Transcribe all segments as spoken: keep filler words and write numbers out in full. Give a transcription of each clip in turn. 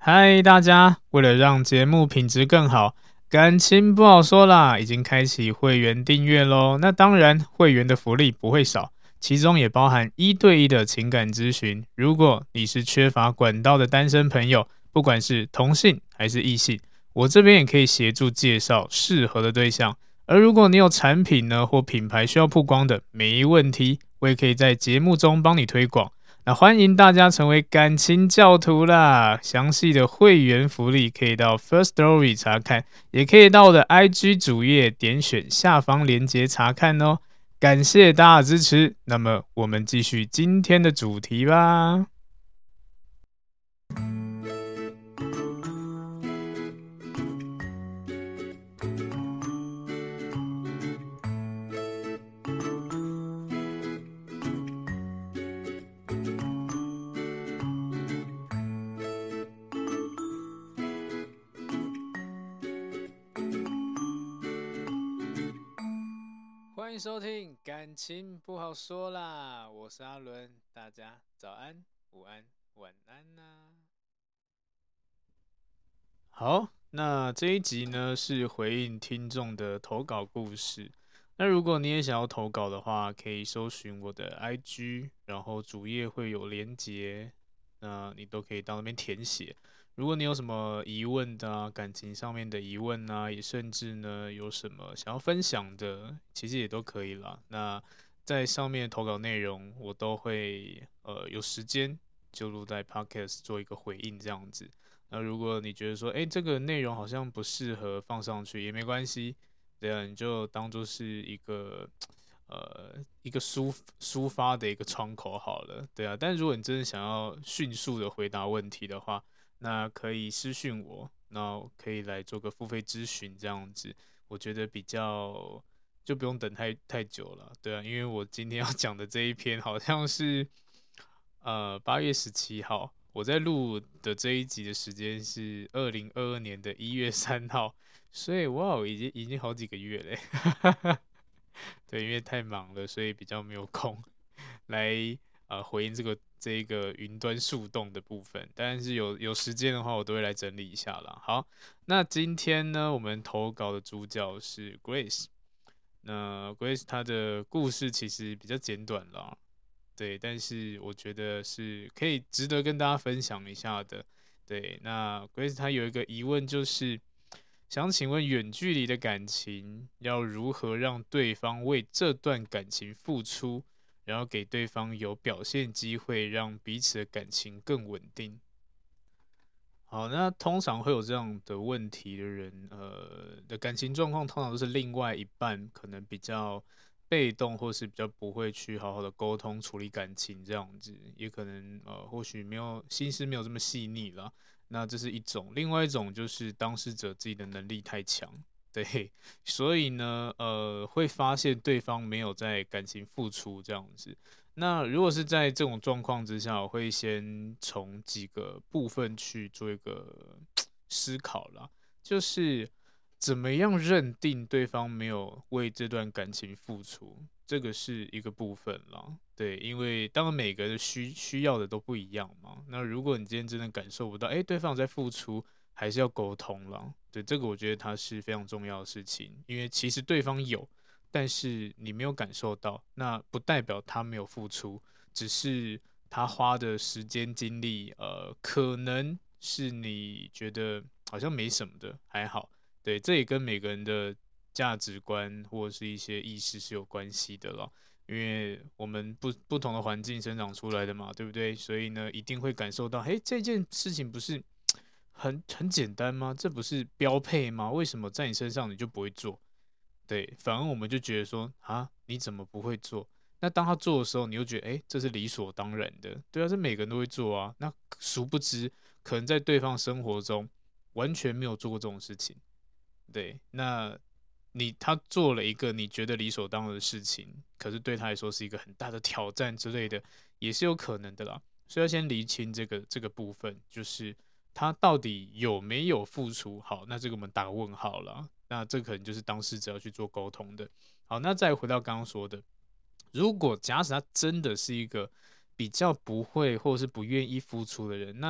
嗨，大家！为了让节目品质更好，感情不好说啦，已经开启会员订阅咯。那当然，会员的福利不会少，其中也包含一对一的情感咨询。如果你是缺乏管道的单身朋友，不管是同性还是异性，我这边也可以协助介绍适合的对象。而如果你有产品呢或品牌需要曝光的，没问题，我也可以在节目中帮你推广。那欢迎大家成为感情教徒啦！详细的会员福利可以到 Firstory 查看，也可以到我的 I G 主页点选下方链接查看哦。感谢大家的支持，那么我们继续今天的主题吧。欢迎收听，感情不好说啦，我是阿伦，大家早安、午安、晚安呐、啊。好，那这一集呢是回应听众的投稿故事。那如果你也想要投稿的话，可以搜寻我的 I G，然后主页会有连结，那你都可以到那边填写。如果你有什么疑问的啊，感情上面的疑问啊，也甚至呢有什么想要分享的，其实也都可以啦。那在上面的投稿内容，我都会呃有时间就录在 Podcast 做一个回应这样子。那如果你觉得说，哎，这个内容好像不适合放上去，也没关系，对啊，你就当做是一个呃一个抒抒发的一个窗口好了，对啊。但如果你真的想要迅速的回答问题的话，那可以私讯我，那可以来做个付费咨询这样子，我觉得比较就不用等太太久了，对啊，因为我今天要讲的这一篇好像是呃八月十七号。我在录的这一集的时间是二零二二年的一月三号，所以哇，已经已经好几个月嘞。对，因为太忙了，所以比较没有空来呃回应这个这一个云端树洞的部分。但是有有时间的话，我都会来整理一下啦。好，那今天呢，我们投稿的主角是 Grace。那 Grace 她的故事其实比较简短啦。对，但是我觉得是可以值得跟大家分享一下的。对，那 Grace 她有一个疑问，就是想请问远距离的感情要如何让对方为这段感情付出，然后给对方有表现机会，让彼此的感情更稳定？好，那通常会有这样的问题的人，呃，的感情状况通常都是另外一半可能比较被动，或是比较不会去好好的沟通处理感情这样子，也可能呃，或许没有心思没有这么细腻啦。那这是一种，另外一种就是当事者自己的能力太强，对，所以呢，呃，会发现对方没有在感情付出这样子。那如果是在这种状况之下，我会先从几个部分去做一个思考啦，就是怎么样认定对方没有为这段感情付出，这个是一个部分啦。对，因为当然每个人需需要的都不一样嘛。那如果你今天真的感受不到，哎，对方在付出，还是要沟通啦。对，这个我觉得它是非常重要的事情，因为其实对方有。但是你没有感受到，那不代表他没有付出，只是他花的时间精力，呃，可能是你觉得好像没什么的，还好。对，这也跟每个人的价值观或者是一些意识是有关系的咯。因为我们不不同的环境生长出来的嘛，对不对？所以呢，一定会感受到，嘿，这件事情不是很很简单吗？这不是标配吗？为什么在你身上你就不会做？对，反而我们就觉得说啊，你怎么不会做？那当他做的时候，你又觉得哎，这是理所当然的，对啊，这每个人都会做啊。那殊不知，可能在对方生活中完全没有做过这种事情。对，那你他做了一个你觉得理所当然的事情，可是对他来说是一个很大的挑战之类的，也是有可能的啦。所以要先厘清这个这个部分，就是他到底有没有付出。好，那这个我们打个问号了。那这可能就是当事者要去做沟通的。好，那再回到刚刚说的，如果假使他真的是一个比较不会或者是不愿意付出的人，那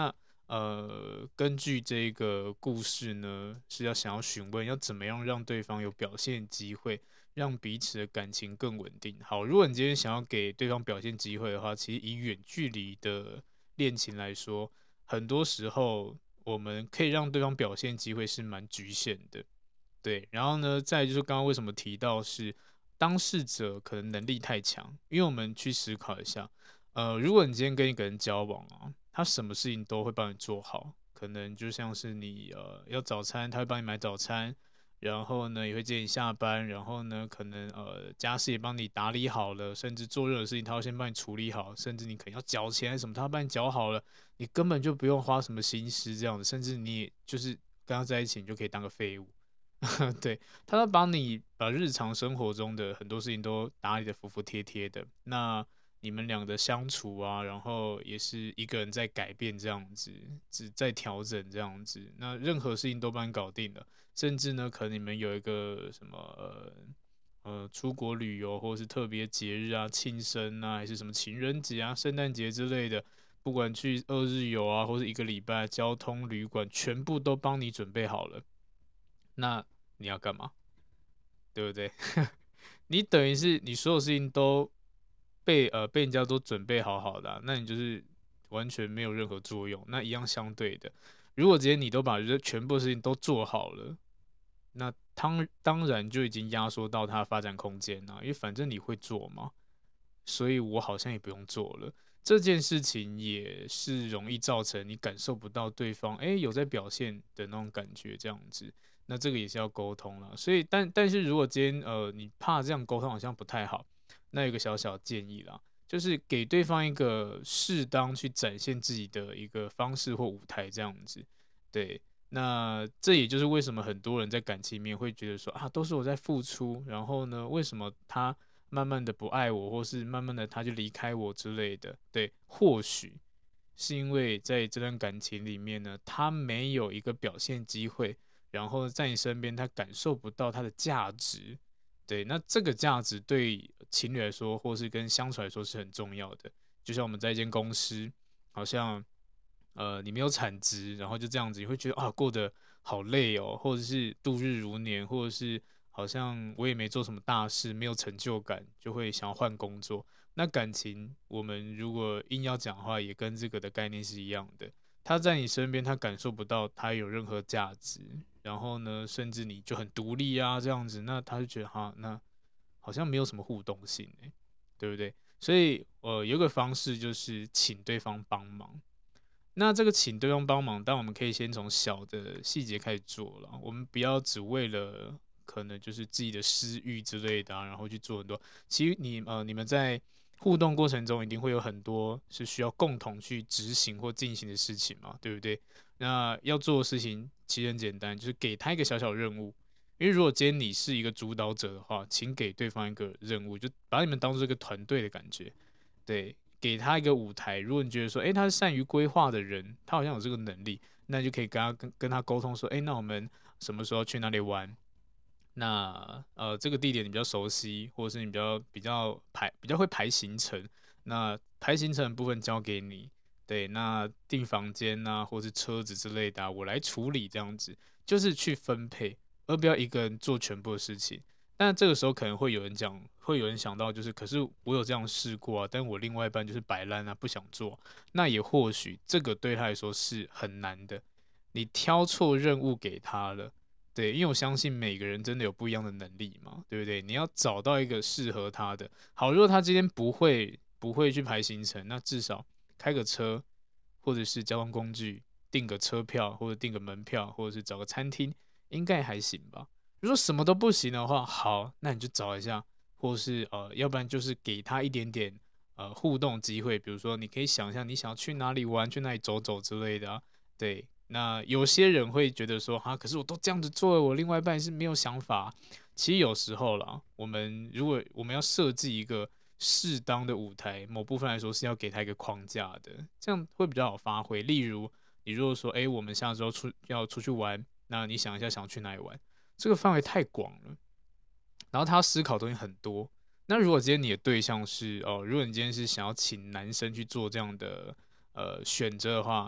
呃，根据这个故事呢，是要想要询问要怎么样让对方有表现机会，让彼此的感情更稳定。好，如果你今天想要给对方表现机会的话，其实以远距离的恋情来说，很多时候我们可以让对方表现机会是蛮局限的。对，然后呢，再来就是刚刚为什么提到是当事者可能能力太强，因为我们去思考一下，呃，如果你今天跟一个人交往啊，他什么事情都会帮你做好，可能就像是你呃要早餐，他会帮你买早餐，然后呢也会接你下班，然后呢可能呃家事也帮你打理好了，甚至做任何事情他会先帮你处理好，甚至你可能要缴钱还是什么，他帮你缴好了，你根本就不用花什么心思这样子，甚至你也就是跟他在一起，你就可以当个废物。对，他都帮你把日常生活中的很多事情都打理的服服帖帖的。那你们俩的相处啊，然后也是一个人在改变这样子，只在调整这样子。那任何事情都帮你搞定了，甚至呢，可能你们有一个什么呃呃出国旅游，或者是特别节日啊、庆生啊，还是什么情人节啊、圣诞节之类的，不管去二日游啊，或者一个礼拜，交通、旅馆全部都帮你准备好了。那你要干嘛？对不对？你等于是你所有事情都被呃被人家都准备好好的啊，那你就是完全没有任何作用。那一样相对的，如果今天你都把这全部事情都做好了，那当当然就已经压缩到他的发展空间了，因为反正你会做嘛。所以我好像也不用做了。这件事情也是容易造成你感受不到对方哎有在表现的那种感觉，这样子。那这个也是要沟通了。所以，但但是如果今天呃你怕这样沟通好像不太好，那有个小小建议啦，就是给对方一个适当去展现自己的一个方式或舞台，这样子。对，那这也就是为什么很多人在感情里面会觉得说啊，都是我在付出，然后呢，为什么他慢慢的不爱我，或是慢慢的他就离开我之类的。对，或许是因为在这段感情里面呢，他没有一个表现机会，然后在你身边他感受不到他的价值。对，那这个价值对情侣来说，或是跟相处来说是很重要的。就像我们在一间公司，好像呃你没有产值，然后就这样子，你会觉得啊过得好累哦，或者是度日如年，或者是好像我也没做什么大事，没有成就感，就会想要换工作。那感情，我们如果硬要讲的话，也跟这个的概念是一样的。他在你身边，他感受不到他有任何价值，然后呢，甚至你就很独立啊这样子，那他就觉得哈，那好像没有什么互动性哎，对不对？所以呃，有个方式就是请对方帮忙。那这个请对方帮忙，但我们可以先从小的细节开始做了。我们不要只为了可能就是自己的私欲之类的啊，然后去做很多。其实你呃，你们在互动过程中，一定会有很多是需要共同去执行或进行的事情嘛，对不对？那要做的事情其实很简单，就是给他一个小小任务。因为如果今天你是一个主导者的话，请给对方一个任务，就把你们当做一个团队的感觉。对，给他一个舞台。如果你觉得说，哎、他是善于规划的人，他好像有这个能力，那你就可以跟他跟跟他沟通说，哎、那我们什么时候去哪里玩？那呃，这个地点你比较熟悉，或者是你比较比较排比较会排行程，那排行程的部分交给你。对，那订房间啊，或是车子之类的啊，我来处理，这样子就是去分配，而不要一个人做全部的事情。但这个时候可能会有人讲，会有人想到，就是可是我有这样试过啊，但我另外一半就是摆烂啊，不想做。那也或许这个对他来说是很难的，你挑错任务给他了。对，因为我相信每个人真的有不一样的能力嘛，对不对？你要找到一个适合他的。好，如果他今天不会不会去排行程，那至少开个车，或者是交通工具，订个车票，或者订个门票，或者是找个餐厅，应该还行吧。如果什么都不行的话，好，那你就找一下，或是呃，要不然就是给他一点点呃互动机会，比如说你可以想一下你想要去哪里玩，去哪里走走之类的啊。对，那有些人会觉得说，哈，可是我都这样子做了，我另外一半是没有想法。其实有时候啦，我们如果我们要设计一个适当的舞台，某部分来说是要给他一个框架的，这样会比较好发挥。例如，你如果说，哎，我们下周出要出去玩，那你想一下想去哪里玩？这个范围太广了，然后他要思考的东西很多。那如果今天你的对象是哦，如果你今天是想要请男生去做这样的呃选择的话，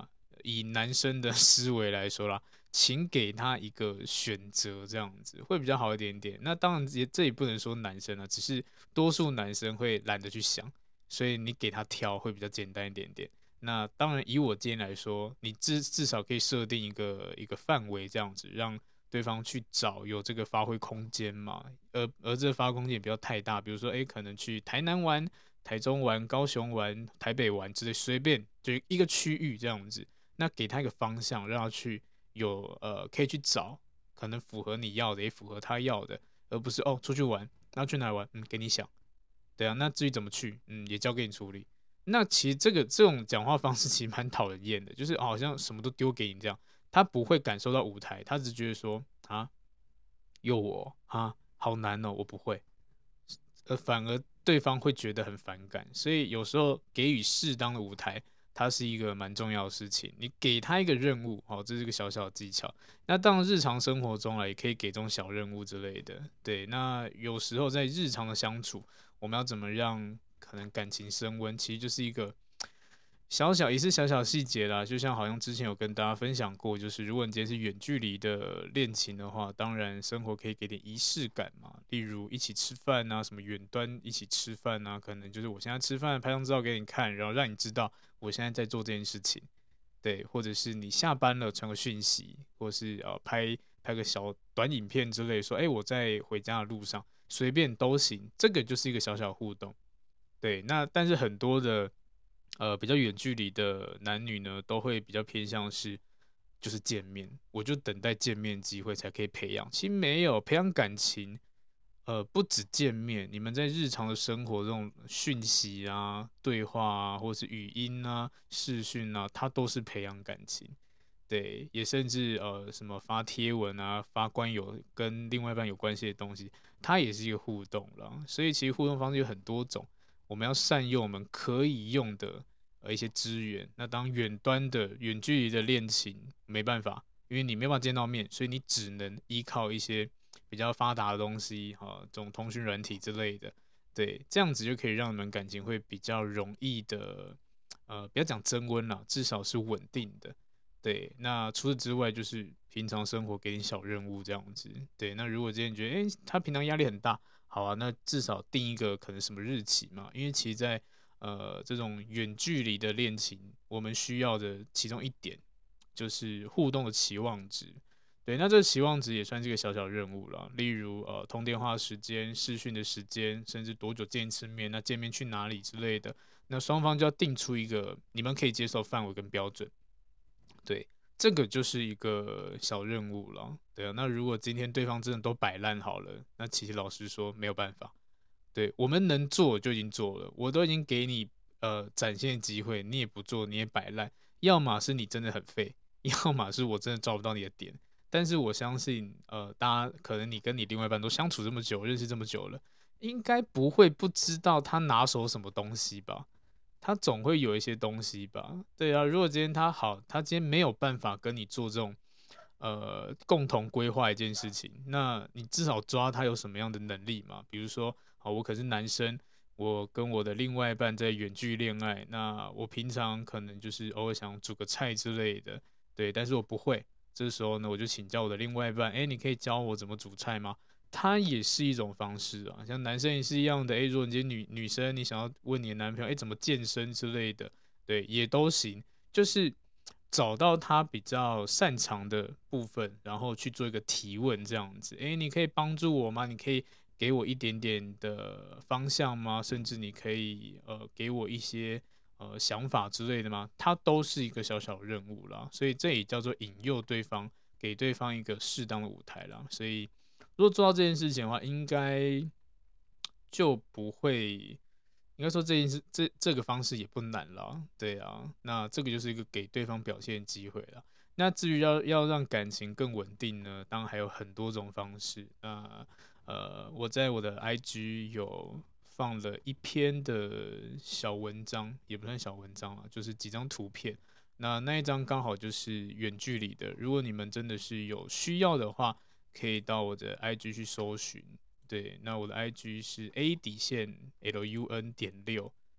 以男生的思维来说啦，请给他一个选择，这样子会比较好一点点。那当然也这也不能说男生啊，只是多数男生会懒得去想，所以你给他挑会比较简单一点点。那当然，以我建议来说，你至至少可以设定一个一个范围，这样子让对方去找有这个发挥空间嘛。而而这个发挥空间也不要太大，比如说，哎，可能去台南玩、台中玩、高雄玩、台北玩之类，随便就一个区域这样子。那给他一个方向，让他去有呃可以去找，可能符合你要的，也符合他要的，而不是哦出去玩，然后去哪里玩，嗯，给你想。对啊，那至于怎么去，嗯，也交给你处理。那其实这个这种讲话方式其实蛮讨人厌的，就是、哦好像什么都丢给你这样，他不会感受到舞台，他只觉得说啊，又我啊，好难哦，我不会，呃，反而对方会觉得很反感，所以有时候给予适当的舞台，它是一个蛮重要的事情。你给他一个任务，哦，这是个小小的技巧。那当然，日常生活中啊，也可以给这种小任务之类的。对，那有时候在日常的相处，我们要怎么让可能感情升温，其实就是一个小小也是小小细节啦，就像好像之前有跟大家分享过，就是如果你今天是远距离的恋情的话，当然生活可以给点仪式感嘛，例如一起吃饭啊，什么远端一起吃饭啊，可能就是我现在吃饭拍张照给你看，然后让你知道我现在在做这件事情，对，或者是你下班了传个讯息，或是呃拍拍个小短影片之类，说哎、欸我在回家的路上，随便都行，这个就是一个小小互动。对，那但是很多的呃比较远距离的男女呢，都会比较偏向是就是见面，我就等待见面机会才可以培养。其实没有培养感情，呃，不止见面，你们在日常的生活这种讯息啊、对话啊，或是语音啊、视讯啊，它都是培养感情。对，也甚至呃什么发贴文啊，发关于有跟另外一半有关系的东西，它也是一个互动啦。所以其实互动方式有很多种，我们要善用我们可以用的呃一些资源。那当远端的远距离的恋情没办法，因为你没办法见到面，所以你只能依靠一些比较发达的东西，哈、这种通讯软体之类的。对，这样子就可以让你们感情会比较容易的，呃，不要讲增温啦，至少是稳定的。对，那除此之外，就是平常生活给你小任务这样子。对，那如果今天觉得，哎、他平常压力很大，好啊，那至少定一个可能什么日期嘛，因为其实在，呃这种远距离的恋情，我们需要的其中一点就是互动的期望值。对，那这个期望值也算是一个小小任务了，例如呃通电话时间、视讯的时间，甚至多久见一次面，那见面去哪里之类的，那双方就要定出一个你们可以接受范围跟标准。对，这个就是一个小任务了。对啊，那如果今天对方真的都摆烂好了，那其实老实说没有办法。对，我们能做就已经做了，我都已经给你呃展现机会，你也不做，你也摆烂，要么是你真的很废，要么是我真的找不到你的点。但是我相信，呃，大家可能你跟你另外一半都相处这么久，认识这么久了，应该不会不知道他拿手什么东西吧？他总会有一些东西吧？对啊，如果今天他好，他今天没有办法跟你做这种呃共同规划一件事情，那你至少抓他有什么样的能力嘛？比如说，好，我可是男生，我跟我的另外一半在远距恋爱，那我平常可能就是偶尔想煮个菜之类的，对，但是我不会，这时候呢，我就请教我的另外一半，哎，你可以教我怎么煮菜吗？它也是一种方式啊，像男生也是一样的。诶，如果你今天女女生，你想要问你的男朋友，诶，怎么健身之类的，对，也都行。就是找到他比较擅长的部分，然后去做一个提问，这样子。诶，你可以帮助我吗？你可以给我一点点的方向吗？甚至你可以呃给我一些呃想法之类的吗？它都是一个小小任务啦，所以这也叫做引诱对方，给对方一个适当的舞台啦。所以如果做到这件事情的话，应该就不会，应该说这件事这这个方式也不难啦，对啊，那这个就是一个给对方表现的机会啦。那至于要要让感情更稳定呢，当然还有很多种方式。那呃，我在我的 I G 有放了一篇的小文章，也不算小文章啦，就是几张图片。那那一张刚好就是远距离的，如果你们真的是有需要的话，可以到我的 I G 去搜寻。对，那我的 I G 是 A 底线 L U N 点六，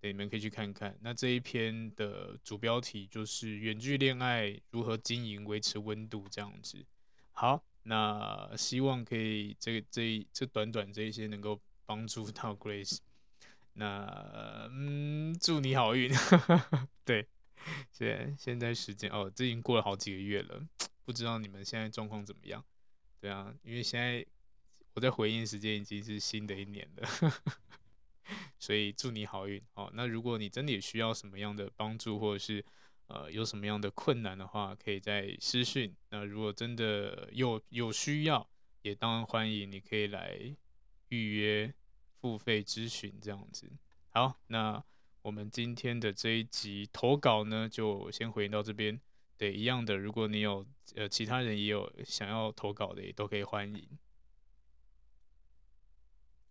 对，你们可以去看看。那这一篇的主标题就是远距恋爱如何经营、维持温度这样子。好，那希望可以这个这一这短短这一些能够帮助到 Grace。那嗯，祝你好运。对，现现在时间哦，这已经过了好几个月了，不知道你们现在状况怎么样？对啊，因为现在我在回应时间已经是新的一年了。所以祝你好运。好，那如果你真的也需要什么样的帮助，或者是呃有什么样的困难的话，可以在私讯。那如果真的有有需要，也当然欢迎你可以来预约付费咨询这样子。好，那我们今天的这一集投稿呢，就先回应到这边。对，一样的，如果你有呃其他人也有想要投稿的，也都可以欢迎。